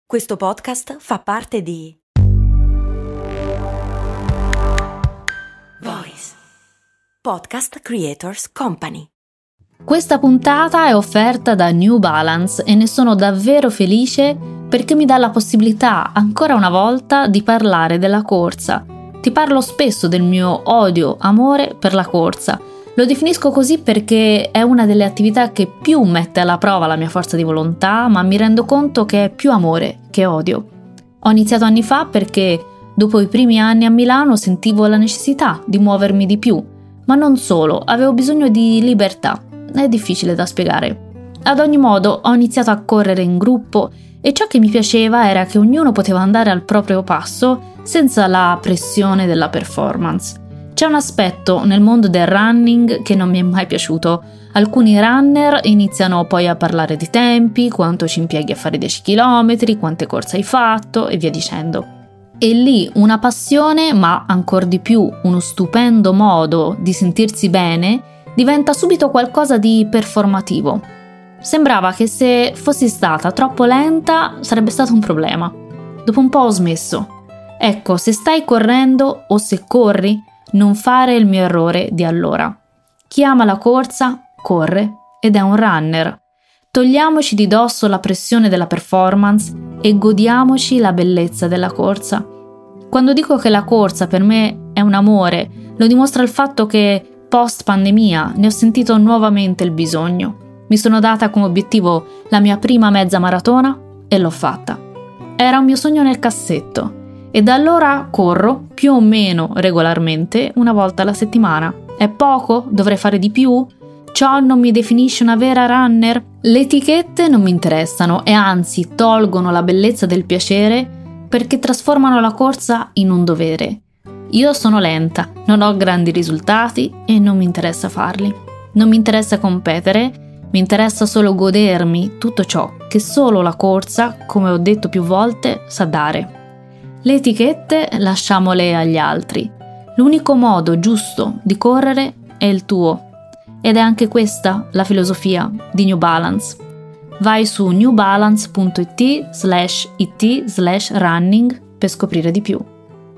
Questo podcast fa parte di Voice Podcast Creators Company. Questa puntata è offerta da New Balance e ne sono davvero felice perché mi dà la possibilità ancora una volta di parlare della corsa. Ti parlo spesso del mio odio-amore per la corsa. Lo definisco così perché è una delle attività che più mette alla prova la mia forza di volontà, ma mi rendo conto che è più amore che odio. Ho iniziato anni fa perché dopo i primi anni a Milano sentivo la necessità di muovermi di più, ma non solo, avevo bisogno di libertà. È difficile da spiegare. Ad ogni modo ho iniziato a correre in gruppo e ciò che mi piaceva era che ognuno poteva andare al proprio passo senza la pressione della performance. C'è un aspetto nel mondo del running che non mi è mai piaciuto. Alcuni runner iniziano poi a parlare di tempi, quanto ci impieghi a fare 10 km, quante corse hai fatto e via dicendo. E lì una passione, ma ancor di più uno stupendo modo di sentirsi bene, diventa subito qualcosa di performativo. Sembrava che se fossi stata troppo lenta sarebbe stato un problema. Dopo un po' ho smesso. Ecco, se stai correndo o se corri, non fare il mio errore di allora. Chi ama la corsa, corre ed è un runner. Togliamoci di dosso la pressione della performance e godiamoci la bellezza della corsa. Quando dico che la corsa per me è un amore, lo dimostra il fatto che post pandemia ne ho sentito nuovamente il bisogno. Mi sono data come obiettivo la mia prima mezza maratona e l'ho fatta. Era un mio sogno nel cassetto. E da allora corro più o meno regolarmente una volta alla settimana. È poco? Dovrei fare di più? Ciò non mi definisce una vera runner? Le etichette non mi interessano e anzi tolgono la bellezza del piacere perché trasformano la corsa in un dovere. Io sono lenta, non ho grandi risultati e non mi interessa farli. Non mi interessa competere, mi interessa solo godermi tutto ciò che solo la corsa, come ho detto più volte, sa dare. Le etichette lasciamole agli altri. L'unico modo giusto di correre è il tuo. Ed è anche questa la filosofia di New Balance. Vai su newbalance.it/running per scoprire di più.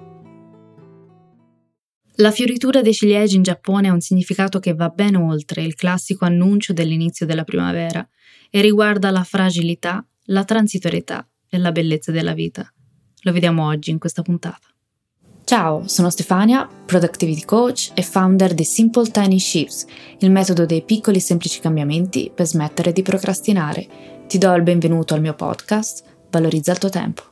La fioritura dei ciliegi in Giappone ha un significato che va ben oltre il classico annuncio dell'inizio della primavera e riguarda la fragilità, la transitorietà e la bellezza della vita. Lo vediamo oggi in questa puntata. Ciao, sono Stefania, Productivity Coach e founder di Simple Tiny Shifts, il metodo dei piccoli e semplici cambiamenti per smettere di procrastinare. Ti do il benvenuto al mio podcast, Valorizza il tuo tempo.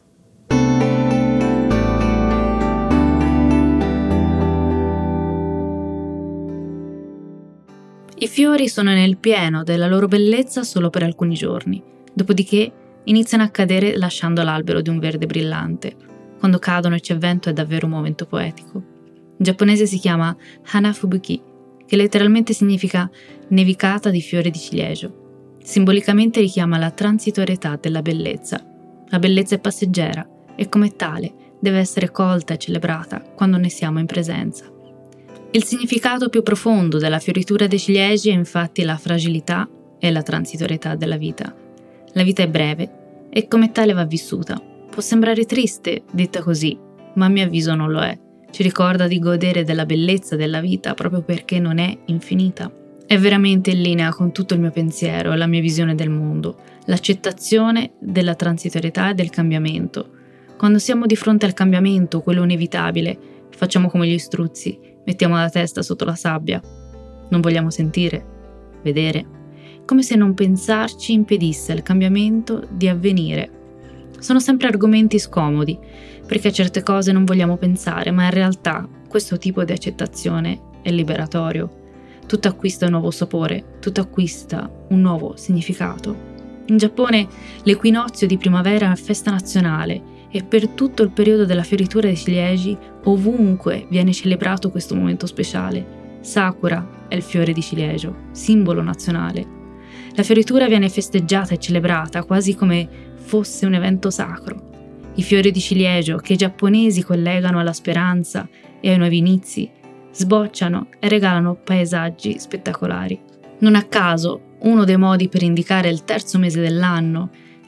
I fiori sono nel pieno della loro bellezza solo per alcuni giorni, dopodiché iniziano a cadere lasciando l'albero di un verde brillante. Quando cadono e c'è vento è davvero un momento poetico. In giapponese si chiama Hanafubuki, che letteralmente significa nevicata di fiori di ciliegio. Simbolicamente richiama la transitorietà della bellezza. La bellezza è passeggera e come tale deve essere colta e celebrata quando ne siamo in presenza. Il significato più profondo della fioritura dei ciliegi è infatti la fragilità e la transitorietà della vita. La vita è breve e come tale va vissuta. Può sembrare triste, detta così, ma a mio avviso non lo è. Ci ricorda di godere della bellezza della vita proprio perché non è infinita. È veramente in linea con tutto il mio pensiero e la mia visione del mondo, l'accettazione della transitorietà e del cambiamento. Quando siamo di fronte al cambiamento, quello inevitabile, facciamo come gli struzzi, mettiamo la testa sotto la sabbia. Non vogliamo sentire, vedere. Come se non pensarci impedisse al cambiamento di avvenire. Sono sempre argomenti scomodi, perché a certe cose non vogliamo pensare, ma in realtà questo tipo di accettazione è liberatorio. Tutto acquista un nuovo sapore, tutto acquista un nuovo significato. In Giappone l'equinozio di primavera è festa nazionale e per tutto il periodo della fioritura dei ciliegi ovunque viene celebrato questo momento speciale. Sakura è il fiore di ciliegio, simbolo nazionale. La fioritura viene festeggiata e celebrata quasi come fosse un evento sacro. I fiori di ciliegio, che i giapponesi collegano alla speranza e ai nuovi inizi, sbocciano e regalano paesaggi spettacolari. Non a caso, uno dei modi per indicare il terzo mese dell'anno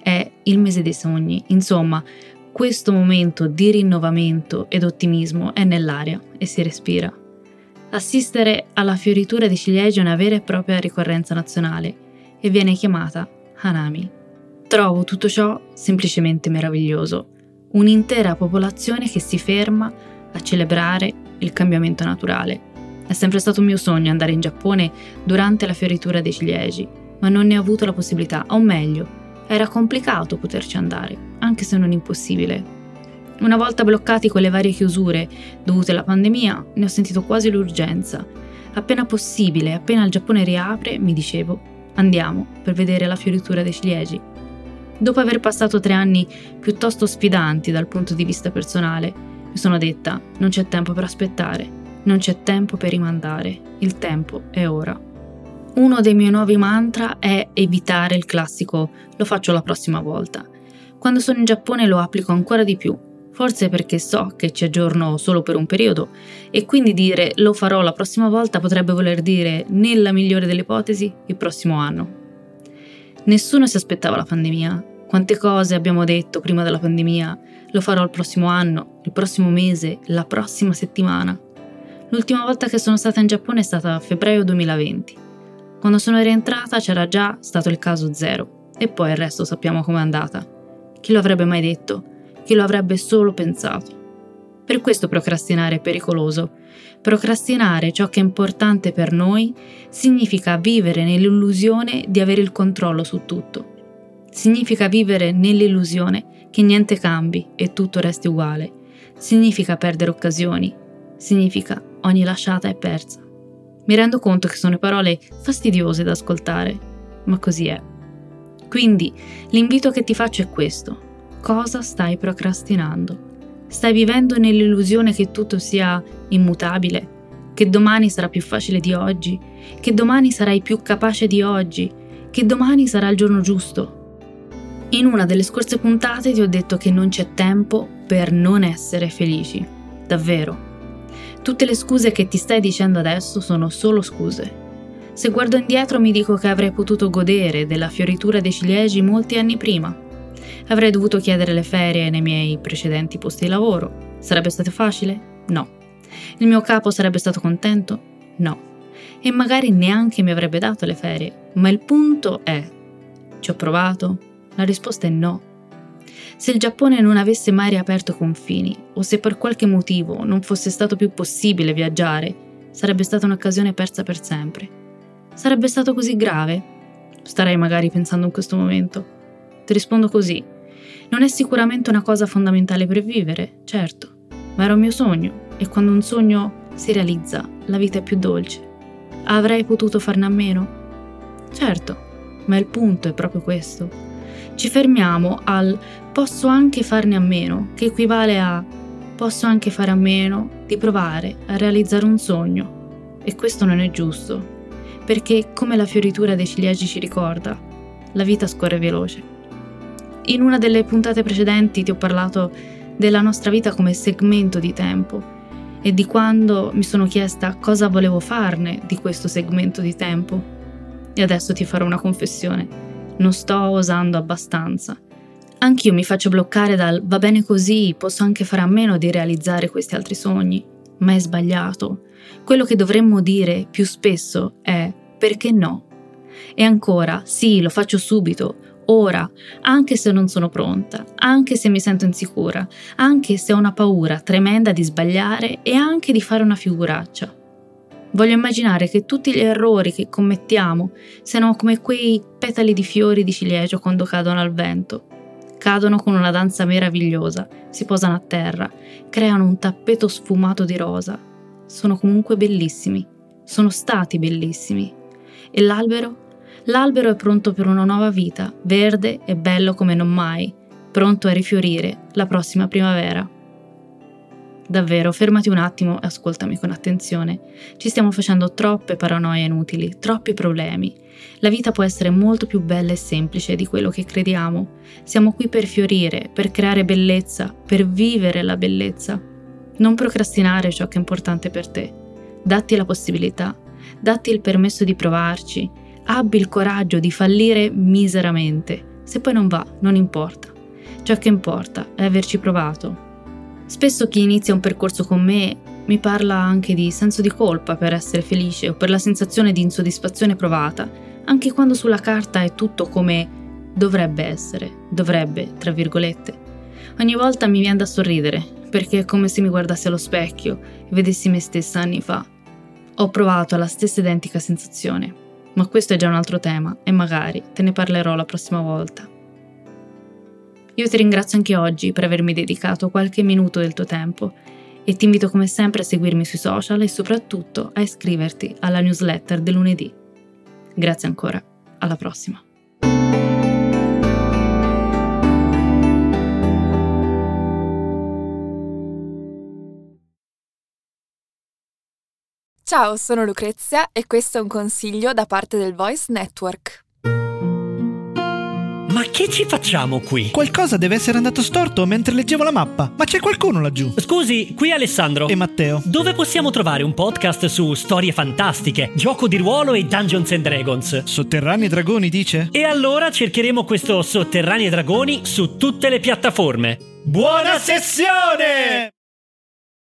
È il mese dei sogni. Insomma, questo momento di rinnovamento ed ottimismo è nell'aria e si respira. Assistere alla fioritura dei ciliegi è una vera e propria ricorrenza nazionale e viene chiamata Hanami. Trovo tutto ciò semplicemente meraviglioso. Un'intera popolazione che si ferma a celebrare il cambiamento naturale. È sempre stato un mio sogno andare in Giappone durante la fioritura dei ciliegi, ma non ne ho avuto la possibilità, o meglio, era complicato poterci andare, anche se non impossibile. Una volta bloccati con le varie chiusure dovute alla pandemia, ne ho sentito quasi l'urgenza. Appena possibile, appena il Giappone riapre, mi dicevo, andiamo per vedere la fioritura dei ciliegi. Dopo aver passato 3 anni piuttosto sfidanti dal punto di vista personale, mi sono detta, non c'è tempo per aspettare, non c'è tempo per rimandare, il tempo è ora. Uno dei miei nuovi mantra è evitare il classico lo faccio la prossima volta. Quando sono in Giappone lo applico ancora di più, forse perché so che ci aggiorno solo per un periodo e quindi dire lo farò la prossima volta potrebbe voler dire, nella migliore delle ipotesi, il prossimo anno. Nessuno si aspettava la pandemia. Quante cose abbiamo detto prima della pandemia, lo farò il prossimo anno, il prossimo mese, la prossima settimana. L'ultima volta che sono stata in Giappone è stata a febbraio 2020. Quando sono rientrata c'era già stato il caso 0 e poi il resto sappiamo com'è andata. Chi lo avrebbe mai detto? Chi lo avrebbe solo pensato? Per questo procrastinare è pericoloso. Procrastinare ciò che è importante per noi significa vivere nell'illusione di avere il controllo su tutto. Significa vivere nell'illusione che niente cambi e tutto resti uguale. Significa perdere occasioni. Significa ogni lasciata è persa. Mi rendo conto che sono parole fastidiose da ascoltare, ma così è. Quindi l'invito che ti faccio è questo. Cosa stai procrastinando? Stai vivendo nell'illusione che tutto sia immutabile, che domani sarà più facile di oggi, che domani sarai più capace di oggi, che domani sarà il giorno giusto. In una delle scorse puntate ti ho detto che non c'è tempo per non essere felici. Davvero. Tutte le scuse che ti stai dicendo adesso sono solo scuse. Se guardo indietro mi dico che avrei potuto godere della fioritura dei ciliegi molti anni prima. Avrei dovuto chiedere le ferie nei miei precedenti posti di lavoro. Sarebbe stato facile? No. Il mio capo sarebbe stato contento? No. E magari neanche mi avrebbe dato le ferie. Ma il punto è: ci ho provato? La risposta è no. Se il Giappone non avesse mai riaperto i confini, o se per qualche motivo non fosse stato più possibile viaggiare, sarebbe stata un'occasione persa per sempre. Sarebbe stato così grave? Starei magari pensando in questo momento. Ti rispondo così. Non è sicuramente una cosa fondamentale per vivere, certo, ma era un mio sogno, e quando un sogno si realizza, la vita è più dolce. Avrei potuto farne a meno? Certo, ma il punto è proprio questo. Ci fermiamo al posso anche farne a meno, che equivale a posso anche fare a meno di provare a realizzare un sogno. E questo non è giusto, perché come la fioritura dei ciliegi ci ricorda, la vita scorre veloce. In una delle puntate precedenti ti ho parlato della nostra vita come segmento di tempo e di quando mi sono chiesta cosa volevo farne di questo segmento di tempo. E adesso ti farò una confessione. Non sto osando abbastanza. Anch'io mi faccio bloccare dal va bene così, posso anche fare a meno di realizzare questi altri sogni, ma è sbagliato. Quello che dovremmo dire più spesso è perché no? E ancora, sì, lo faccio subito, ora, anche se non sono pronta, anche se mi sento insicura, anche se ho una paura tremenda di sbagliare e anche di fare una figuraccia. Voglio immaginare che tutti gli errori che commettiamo siano come quei petali di fiori di ciliegio quando cadono al vento. Cadono con una danza meravigliosa, si posano a terra, creano un tappeto sfumato di rosa. Sono comunque bellissimi, sono stati bellissimi. E l'albero? L'albero è pronto per una nuova vita, verde e bello come non mai, pronto a rifiorire la prossima primavera. Davvero, fermati un attimo e ascoltami con attenzione. Ci stiamo facendo troppe paranoie inutili, troppi problemi. La vita può essere molto più bella e semplice di quello che crediamo. Siamo qui per fiorire, per creare bellezza, per vivere la bellezza. Non procrastinare ciò che è importante per te. Datti la possibilità, datti il permesso di provarci, abbi il coraggio di fallire miseramente, Se poi non va, non importa. Ciò che importa è averci provato. Spesso chi inizia un percorso con me mi parla anche di senso di colpa per essere felice o per la sensazione di insoddisfazione provata, anche quando sulla carta è tutto come dovrebbe essere, dovrebbe, tra virgolette. Ogni volta mi viene da sorridere, perché è come se mi guardassi allo specchio e vedessi me stessa anni fa. Ho provato la stessa identica sensazione, ma questo è già un altro tema e magari te ne parlerò la prossima volta. Io ti ringrazio anche oggi per avermi dedicato qualche minuto del tuo tempo e ti invito come sempre a seguirmi sui social e soprattutto a iscriverti alla newsletter del lunedì. Grazie ancora, alla prossima. Ciao, sono Lucrezia e questo è un consiglio da parte del Voice Network. Ma che ci facciamo qui? Qualcosa deve essere andato storto mentre leggevo la mappa. Ma c'è qualcuno laggiù? Scusi, qui Alessandro E Matteo. Dove possiamo trovare un podcast su storie fantastiche, gioco di ruolo e Dungeons and Dragons? Sotterranei dragoni, dice? E allora cercheremo questo Sotterranei Dragoni su tutte le piattaforme. Buona sessione!